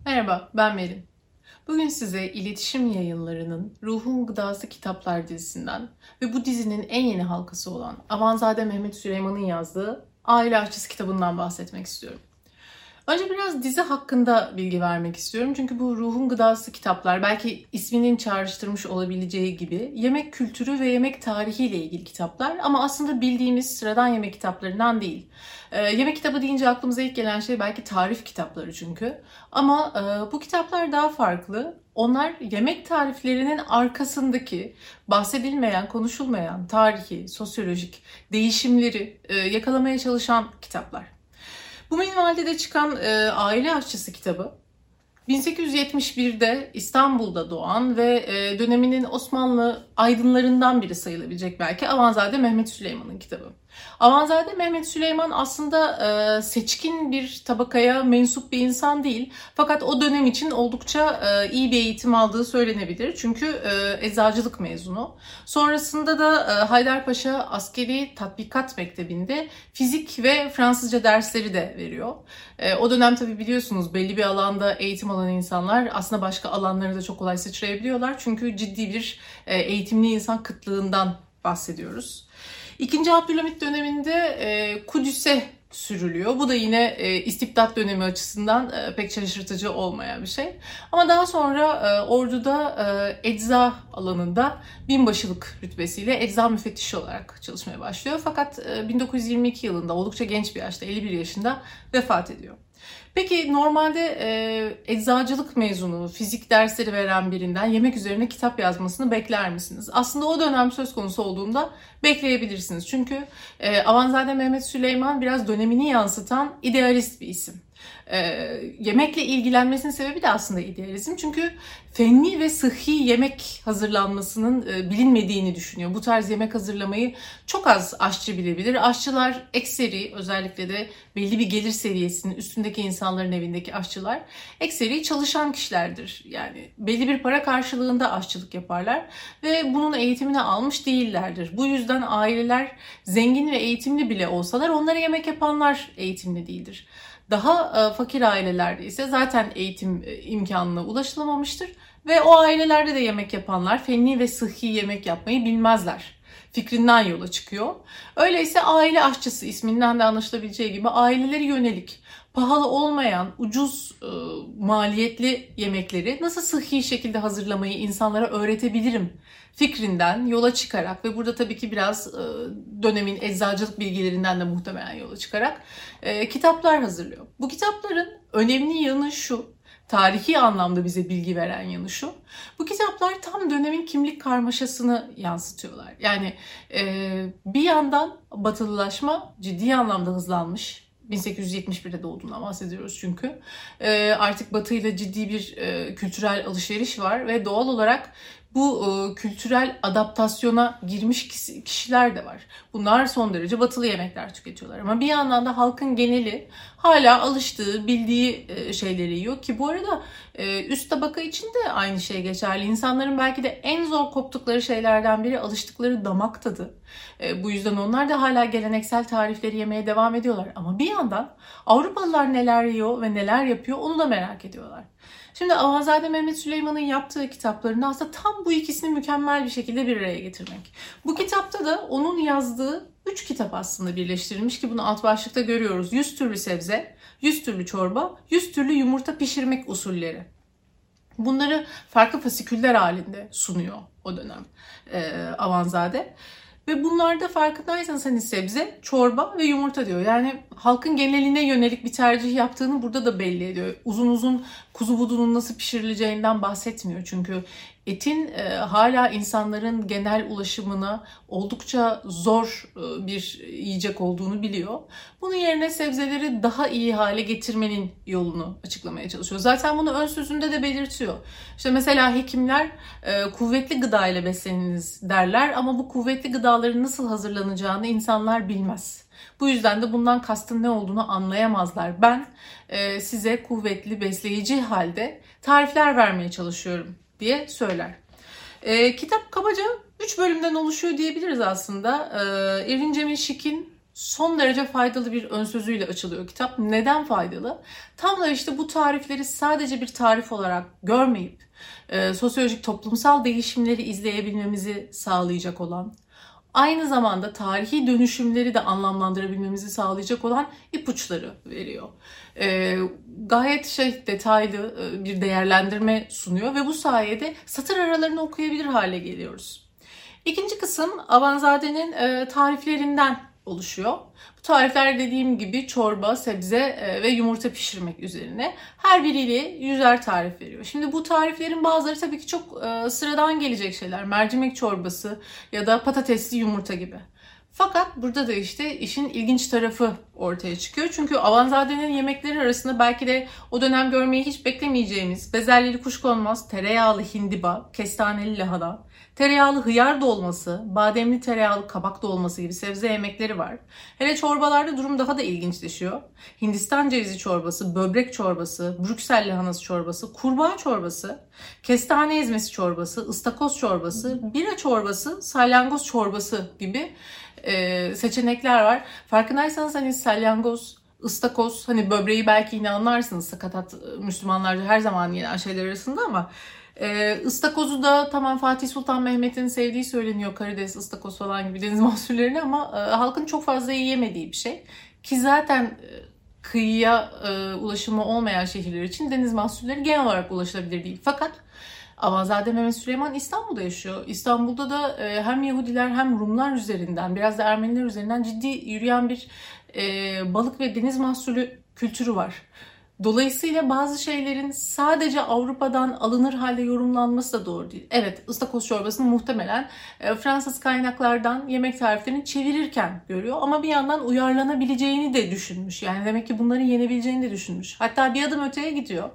Merhaba, ben Merin. Bugün size İletişim Yayınları'nın Ruhun Gıdası Kitaplar dizisinden ve bu dizinin en yeni halkası olan Avanzade Mehmet Süleyman'ın yazdığı Aile Aşçısı kitabından bahsetmek istiyorum. Önce biraz dizi hakkında bilgi vermek istiyorum. Çünkü bu ruhun gıdası kitaplar belki isminin çağrıştırmış olabileceği gibi yemek kültürü ve yemek tarihiyle ilgili kitaplar. Ama aslında bildiğimiz sıradan yemek kitaplarından değil. Yemek kitabı deyince aklımıza ilk gelen şey belki tarif kitapları çünkü. Ama bu kitaplar daha farklı. Onlar yemek tariflerinin arkasındaki bahsedilmeyen, konuşulmayan tarihi, sosyolojik değişimleri yakalamaya çalışan kitaplar. Bu minvalde de çıkan Aile Aşçısı kitabı 1871'de İstanbul'da doğan ve döneminin Osmanlı aydınlarından biri sayılabilecek belki Avanzade Mehmet Süleyman'ın kitabı. Avanzade Mehmet Süleyman aslında seçkin bir tabakaya mensup bir insan değil. Fakat o dönem için oldukça iyi bir eğitim aldığı söylenebilir. Çünkü eczacılık mezunu. Sonrasında da Haydarpaşa Askeri Tatbikat Mektebi'nde fizik ve Fransızca dersleri de veriyor. O dönem tabii biliyorsunuz belli bir alanda eğitim alan insanlar aslında başka alanları da çok kolay sıçrayabiliyorlar. Çünkü ciddi bir eğitimli insan kıtlığından bahsediyoruz. İkinci Abdülhamit döneminde Kudüs'e sürülüyor. Bu da yine istibdat dönemi açısından pek şaşırtıcı olmayan bir şey. Ama daha sonra orduda ecza alanında binbaşılık rütbesiyle ecza müfettişi olarak çalışmaya başlıyor. Fakat 1922 yılında oldukça genç bir yaşta, 51 yaşında vefat ediyor. Peki normalde eczacılık mezunu, fizik dersleri veren birinden yemek üzerine kitap yazmasını bekler misiniz? Aslında o dönem söz konusu olduğunda bekleyebilirsiniz. Çünkü Avanzade Mehmet Süleyman biraz dönemini yansıtan idealist bir isim. Yemekle ilgilenmesinin sebebi de aslında idealizm. Çünkü fenli ve sıhhi yemek hazırlanmasının bilinmediğini düşünüyor. Bu tarz yemek hazırlamayı çok az aşçı bilebilir. Aşçılar ekseri, özellikle de belli bir gelir seviyesinin üstündeki insanların evindeki aşçılar ekseri çalışan kişilerdir. Yani belli bir para karşılığında aşçılık yaparlar ve bunun eğitimini almış değillerdir. Bu yüzden aileler zengin ve eğitimli bile olsalar onlara yemek yapanlar eğitimli değildir. Daha fakir ailelerde ise zaten eğitim imkanına ulaşılamamıştır ve o ailelerde de yemek yapanlar fenli ve sıhhi yemek yapmayı bilmezler fikrinden yola çıkıyor. Öyleyse aile aşçısı isminden de anlaşılabileceği gibi ailelere yönelik pahalı olmayan, ucuz maliyetli yemekleri nasıl sıhhi şekilde hazırlamayı insanlara öğretebilirim fikrinden yola çıkarak ve burada tabii ki biraz dönemin eczacılık bilgilerinden de muhtemelen yola çıkarak kitaplar hazırlıyor. Bu kitapların önemli yanı şu, tarihi anlamda bize bilgi veren yanı şu. Bu kitaplar tam dönemin kimlik karmaşasını yansıtıyorlar. Yani bir yandan batılılaşma ciddi anlamda hızlanmış. 1871'de doğduğundan bahsediyoruz çünkü. Artık Batı ile ciddi bir kültürel alışveriş var ve doğal olarak bu kültürel adaptasyona girmiş kişiler de var. Bunlar son derece batılı yemekler tüketiyorlar. Ama bir yandan da halkın geneli hala alıştığı, bildiği şeyleri yiyor. Ki bu arada üst tabaka için de aynı şey geçerli. İnsanların belki de en zor koptukları şeylerden biri alıştıkları damak tadı. Bu yüzden onlar da hala geleneksel tarifleri yemeye devam ediyorlar. Ama bir yandan Avrupalılar neler yiyor ve neler yapıyor onu da merak ediyorlar. Şimdi Avanzade Mehmet Süleyman'ın yaptığı kitaplarında aslında tam bu ikisini mükemmel bir şekilde bir araya getirmek. Bu kitapta da onun yazdığı 3 kitap aslında birleştirilmiş ki bunu alt başlıkta görüyoruz. 100 türlü sebze, 100 türlü çorba, 100 türlü yumurta pişirmek usulleri. Bunları farklı fasiküller halinde sunuyor o dönem Avanzade. Ve bunlarda farkındaysanız hani sebze, çorba ve yumurta diyor. Yani halkın geneline yönelik bir tercih yaptığını burada da belli ediyor. Uzun uzun kuzu budunun nasıl pişirileceğinden bahsetmiyor. Çünkü etin hala insanların genel ulaşımına oldukça zor bir yiyecek olduğunu biliyor. Bunun yerine sebzeleri daha iyi hale getirmenin yolunu açıklamaya çalışıyor. Zaten bunu ön sözünde de belirtiyor. İşte mesela hekimler kuvvetli gıda ile besleniniz derler ama bu kuvvetli gıdaların nasıl hazırlanacağını insanlar bilmez. Bu yüzden de bundan kastın ne olduğunu anlayamazlar. Ben size kuvvetli, besleyici halde tarifler vermeye çalışıyorum diye söyler. Kitap kabaca 3 bölümden oluşuyor diyebiliriz aslında. Ervin Cemil Şik'in Son derece faydalı bir ön sözüyle açılıyor kitap. Neden faydalı? Tam da işte bu tarifleri sadece bir tarif olarak görmeyip sosyolojik toplumsal değişimleri izleyebilmemizi sağlayacak olan, aynı zamanda tarihi dönüşümleri de anlamlandırabilmemizi sağlayacak olan ipuçları veriyor. Gayet detaylı bir değerlendirme sunuyor ve bu sayede satır aralarını okuyabilir hale geliyoruz. İkinci kısım Avanzade'nin tariflerinden oluşuyor. Bu tarifler dediğim gibi çorba, sebze ve yumurta pişirmek üzerine. Her biriyle 100'er tarif veriyor. Şimdi bu tariflerin bazıları tabii ki çok sıradan gelecek şeyler. Mercimek çorbası ya da patatesli yumurta gibi. Fakat burada da işte işin ilginç tarafı ortaya çıkıyor. Çünkü Avanzade'nin yemekleri arasında belki de o dönem görmeyi hiç beklemeyeceğimiz bezelyeli kuşkonmaz, tereyağlı hindiba, kestaneli lahana, tereyağlı hıyar dolması, bademli tereyağlı kabak dolması gibi sebze yemekleri var. Hele çorbalarda durum daha da ilginçleşiyor. Hindistan cevizi çorbası, böbrek çorbası, Brüksel lahanası çorbası, kurbağa çorbası, kestane ezmesi çorbası, ıstakoz çorbası, bira çorbası, salyangoz çorbası gibi seçenekler var. Farkındaysanız hani salyangoz, ıstakoz, hani böbreği belki yine anlarsınız, sakatat Müslümanlarca her zaman yenen şeyler arasında ama ıstakozu da tamam Fatih Sultan Mehmet'in sevdiği söyleniyor, karides, ıstakoz falan gibi deniz mahsullerini, ama halkın çok fazla yiyemediği bir şey. Ki zaten kıyıya ulaşımı olmayan şehirler için deniz mahsulleri genel olarak ulaşılabilir değil. Fakat Avanzade Mehmet Süleyman İstanbul'da yaşıyor. İstanbul'da da hem Yahudiler hem Rumlar üzerinden, biraz da Ermeniler üzerinden ciddi yürüyen bir balık ve deniz mahsulü kültürü var. Dolayısıyla bazı şeylerin sadece Avrupa'dan alınır halde yorumlanması da doğru değil. Evet, ıstakoz çorbasını muhtemelen Fransız kaynaklardan yemek tariflerini çevirirken görüyor ama bir yandan uyarlanabileceğini de düşünmüş. Yani demek ki bunların yenebileceğini de düşünmüş. Hatta bir adım öteye gidiyor.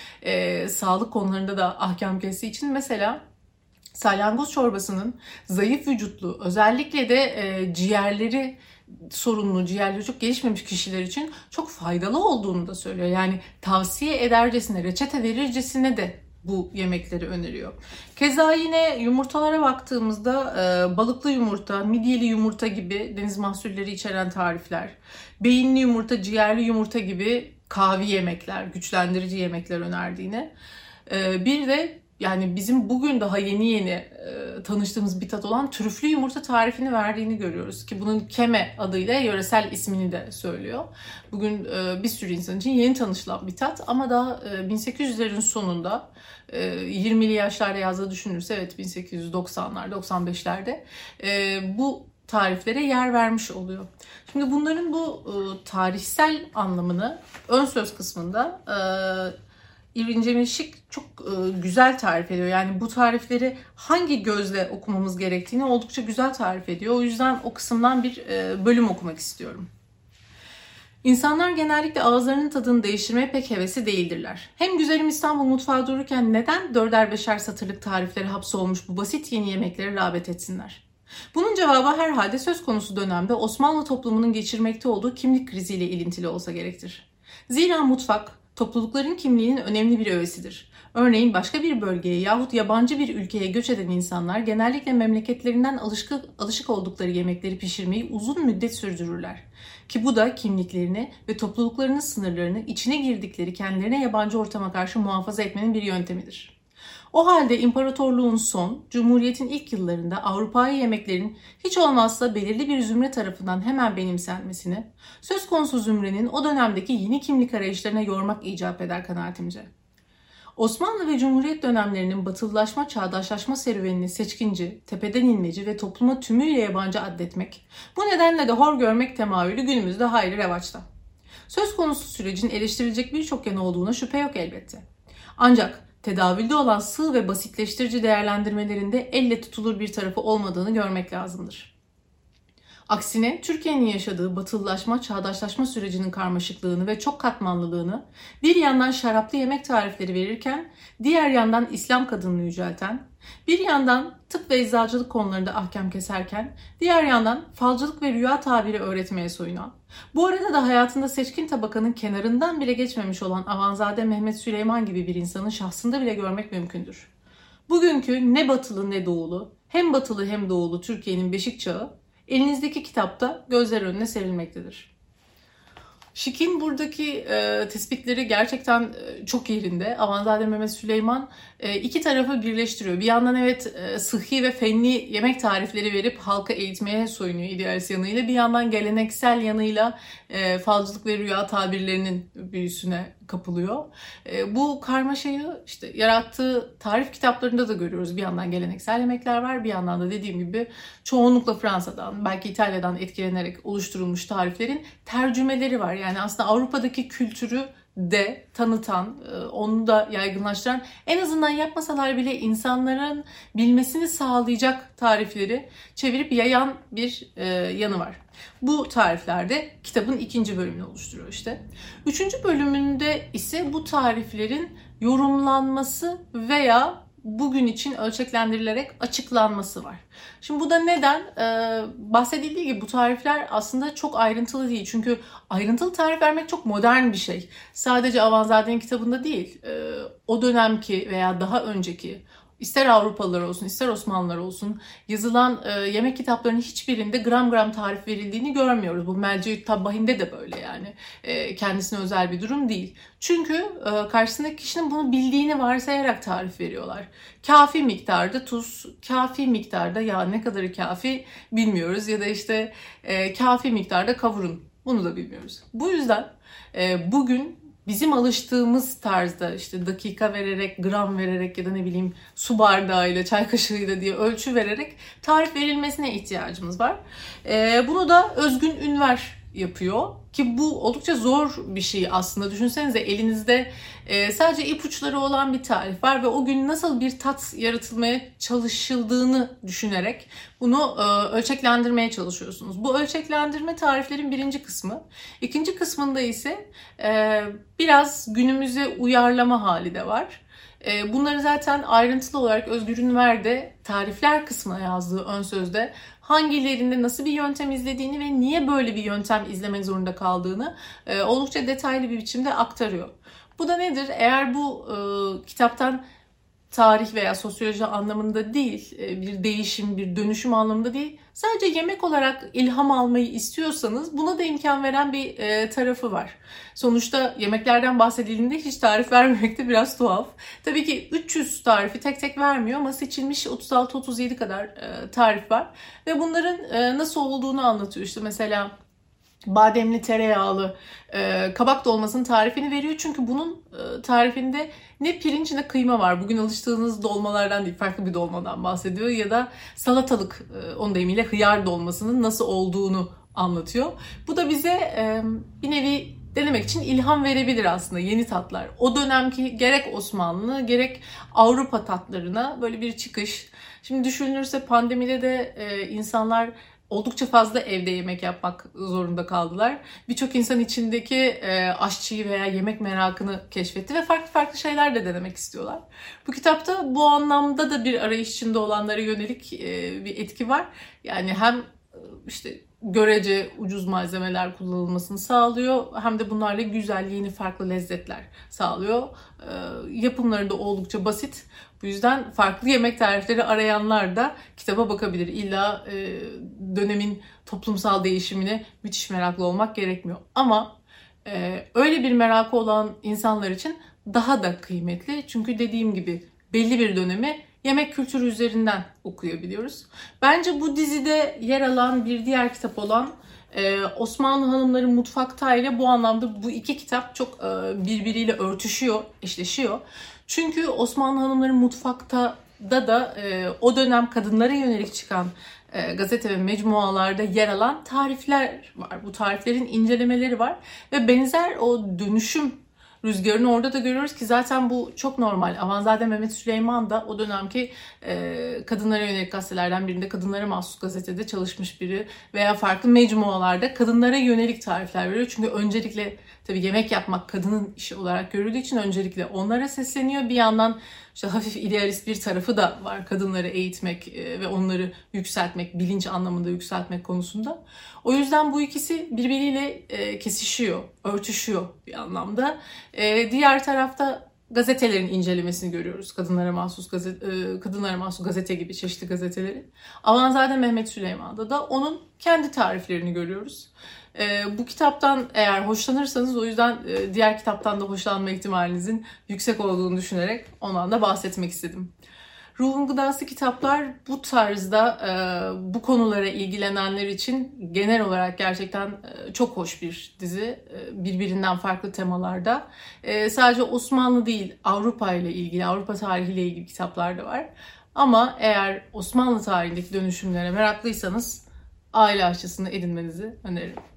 Sağlık konularında da ahkam kestiği için mesela salyangoz çorbasının zayıf vücutlu, özellikle de ciğerleri sorunlu, ciğerleri çok gelişmemiş kişiler için çok faydalı olduğunu da söylüyor. Yani tavsiye edercesine, reçete verircesine de bu yemekleri öneriyor. Keza yine yumurtalara baktığımızda balıklı yumurta, midyeli yumurta gibi deniz mahsulleri içeren tarifler, beyinli yumurta, ciğerli yumurta gibi kavi yemekler, güçlendirici yemekler önerdiğini. Bir de yani bizim bugün daha yeni tanıştığımız bir tat olan trüflü yumurta tarifini verdiğini görüyoruz. Ki bunun keme adıyla yöresel ismini de söylüyor. Bugün bir sürü insan için yeni tanışılan bir tat ama daha 1800'lerin sonunda 20'li yaşlarda yazdığı düşünülürse, evet 1890'larda, 95'lerde bu tariflere yer vermiş oluyor. Şimdi bunların bu tarihsel anlamını ön söz kısmında İrvin Cemil Şık çok güzel tarif ediyor. Yani bu tarifleri hangi gözle okumamız gerektiğini oldukça güzel tarif ediyor. O yüzden o kısımdan bir bölüm okumak istiyorum. İnsanlar genellikle ağızlarının tadını değiştirmeye pek hevesli değildirler. Hem güzelim İstanbul mutfağı dururken neden 4'er 5'er satırlık tariflere hapsolmuş bu basit yeni yemeklere rağbet etsinler? Bunun cevabı herhalde söz konusu dönemde Osmanlı toplumunun geçirmekte olduğu kimlik kriziyle ilintili olsa gerektir. Zira mutfak, toplulukların kimliğinin önemli bir öğesidir. Örneğin başka bir bölgeye yahut yabancı bir ülkeye göç eden insanlar genellikle memleketlerinden alışık oldukları yemekleri pişirmeyi uzun müddet sürdürürler. Ki bu da kimliklerini ve topluluklarının sınırlarını içine girdikleri kendilerine yabancı ortama karşı muhafaza etmenin bir yöntemidir. O halde imparatorluğun son, Cumhuriyet'in ilk yıllarında Avrupa'yı yemeklerin hiç olmazsa belirli bir zümre tarafından hemen benimsenmesini, söz konusu zümrenin o dönemdeki yeni kimlik arayışlarına yormak icap eder kanaatimce. Osmanlı ve Cumhuriyet dönemlerinin batılılaşma, çağdaşlaşma serüvenini seçkinci, tepeden inmeci ve topluma tümüyle yabancı addetmek, bu nedenle de hor görmek temayülü günümüzde hayli revaçta. Söz konusu sürecin eleştirilecek birçok yanı olduğuna şüphe yok elbette. Ancak tedavülde olan sığ ve basitleştirici değerlendirmelerinde elle tutulur bir tarafı olmadığını görmek lazımdır. Aksine Türkiye'nin yaşadığı batılılaşma, çağdaşlaşma sürecinin karmaşıklığını ve çok katmanlılığını bir yandan şaraplı yemek tarifleri verirken, diğer yandan İslam kadınını yücelten, bir yandan tıp ve eczacılık konularında ahkam keserken, diğer yandan falcılık ve rüya tabiri öğretmeye soyunan, bu arada da hayatında seçkin tabakanın kenarından bile geçmemiş olan Avanzade Mehmet Süleyman gibi bir insanın şahsında bile görmek mümkündür. Bugünkü ne batılı ne doğulu, hem batılı hem doğulu Türkiye'nin beşik çağı, elinizdeki kitapta gözler önüne serilmektedir. Şik'in buradaki tespitleri gerçekten çok yerinde. Avanzade Mehmet Süleyman iki tarafı birleştiriyor. Bir yandan evet sıhhi ve fenli yemek tarifleri verip halka eğitmeye soyunuyor idealist yanıyla. Bir yandan geleneksel yanıyla falcılık ve rüya tabirlerinin büyüsüne kapılıyor. Bu karmaşayı işte yarattığı tarif kitaplarında da görüyoruz. Bir yandan geleneksel yemekler var. Bir yandan da dediğim gibi çoğunlukla Fransa'dan, belki İtalya'dan etkilenerek oluşturulmuş tariflerin tercümeleri var. Yani aslında Avrupa'daki kültürü de tanıtan, onu da yaygınlaştıran, en azından yapmasalar bile insanların bilmesini sağlayacak tarifleri çevirip yayan bir yanı var. Bu tariflerde kitabın 2. bölümünü oluşturuyor işte. 3. bölümünde ise bu tariflerin yorumlanması veya bugün için ölçeklendirilerek açıklanması var. Şimdi bu da neden? Bahsedildiği gibi bu tarifler aslında çok ayrıntılı değil. Çünkü ayrıntılı tarif vermek çok modern bir şey. Sadece Avanzade'nin kitabında değil, o dönemki veya daha önceki, İster Avrupalılar olsun, ister Osmanlılar olsun yazılan yemek kitaplarının hiçbirinde gram gram tarif verildiğini görmüyoruz. Bu Melceü't Tabbahin'de de böyle yani. Kendisine özel bir durum değil. Çünkü karşısındaki kişinin bunu bildiğini varsayarak tarif veriyorlar. Kafi miktarda tuz, kafi miktarda yağ, ne kadarı kafi bilmiyoruz. Ya da işte kafi miktarda kavurun. Bunu da bilmiyoruz. Bu yüzden bugün bizim alıştığımız tarzda işte dakika vererek, gram vererek ya da ne bileyim su bardağıyla, çay kaşığıyla diye ölçü vererek tarif verilmesine ihtiyacımız var. Bunu da Özgün Ünver yapıyor ki bu oldukça zor bir şey aslında. Düşünsenize elinizde sadece ipuçları olan bir tarif var ve o gün nasıl bir tat yaratılmaya çalışıldığını düşünerek bunu ölçeklendirmeye çalışıyorsunuz. Bu ölçeklendirme tariflerin 1. kısmı. 2. kısmında ise biraz günümüze uyarlama hali de var. Bunları zaten ayrıntılı olarak Özgür Ünver de tarifler kısmına yazdığı ön sözde hangilerinde nasıl bir yöntem izlediğini ve niye böyle bir yöntem izlemek zorunda kaldığını oldukça detaylı bir biçimde aktarıyor. Bu da nedir? Eğer bu kitaptan tarih veya sosyoloji anlamında değil, bir değişim, bir dönüşüm anlamında değil, sadece yemek olarak ilham almayı istiyorsanız buna da imkan veren bir tarafı var. Sonuçta yemeklerden bahsedildiğinde hiç tarif vermemek de biraz tuhaf. Tabii ki 300 tarifi tek tek vermiyor ama seçilmiş 36-37 kadar tarif var. Ve bunların nasıl olduğunu anlatıyor. İşte mesela bademli tereyağlı kabak dolmasının tarifini veriyor. Çünkü bunun tarifinde ne pirinç ne kıyma var. Bugün alıştığınız dolmalardan değil, farklı bir dolmadan bahsediyor. Ya da salatalık, onun deyimiyle hıyar dolmasının nasıl olduğunu anlatıyor. Bu da bize bir nevi denemek için ilham verebilir aslında, yeni tatlar. O dönemki gerek Osmanlı gerek Avrupa tatlarına böyle bir çıkış. Şimdi düşünülürse pandemide de insanlar oldukça fazla evde yemek yapmak zorunda kaldılar. Birçok insan içindeki aşçıyı veya yemek merakını keşfetti ve farklı farklı şeyler de denemek istiyorlar. Bu kitapta bu anlamda da bir arayış içinde olanlara yönelik bir etki var. Yani hem işte görece ucuz malzemeler kullanılmasını sağlıyor, hem de bunlarla güzel, yeni, farklı lezzetler sağlıyor. Yapımları da oldukça basit. Bu yüzden farklı yemek tarifleri arayanlar da kitaba bakabilir. İlla dönemin toplumsal değişimine müthiş meraklı olmak gerekmiyor. Ama öyle bir merakı olan insanlar için daha da kıymetli. Çünkü dediğim gibi belli bir dönemi yemek kültürü üzerinden okuyabiliyoruz. Bence bu dizide yer alan bir diğer kitap olan Osmanlı Hanımları Mutfakta ile bu anlamda bu iki kitap çok birbiriyle örtüşüyor, eşleşiyor. Çünkü Osmanlı Hanımları Mutfakta da o dönem kadınlara yönelik çıkan gazete ve mecmualarda yer alan tarifler var. Bu tariflerin incelemeleri var ve benzer o dönüşüm rüzgarını orada da görüyoruz ki zaten bu çok normal. Avanzade Mehmet Süleyman da o dönemki kadınlara yönelik gazetelerden birinde, kadınlara mahsus gazetede çalışmış biri veya farklı mecmualarda kadınlara yönelik tarifler veriyor. Çünkü öncelikle tabii yemek yapmak kadının işi olarak görüldüğü için öncelikle onlara sesleniyor. Bir yandan işte hafif idealist bir tarafı da var, kadınları eğitmek ve onları yükseltmek, bilinç anlamında yükseltmek konusunda. O yüzden bu ikisi birbiriyle kesişiyor, örtüşüyor bir anlamda. Diğer tarafta gazetelerin incelemesini görüyoruz. Kadınlara mahsus gazete gibi çeşitli gazetelerin. Avanzade Mehmet Süleyman'da da onun kendi tariflerini görüyoruz. Bu kitaptan eğer hoşlanırsanız, o yüzden diğer kitaptan da hoşlanma ihtimalinizin yüksek olduğunu düşünerek ondan da bahsetmek istedim. Ruhun Gıdası kitaplar bu tarzda bu konulara ilgilenenler için genel olarak gerçekten çok hoş bir dizi. Birbirinden farklı temalarda. Sadece Osmanlı değil, Avrupa ile ilgili, Avrupa tarihiyle ilgili kitaplar da var. Ama eğer Osmanlı tarihindeki dönüşümlere meraklıysanız Aile Aşçısı'nı edinmenizi öneririm.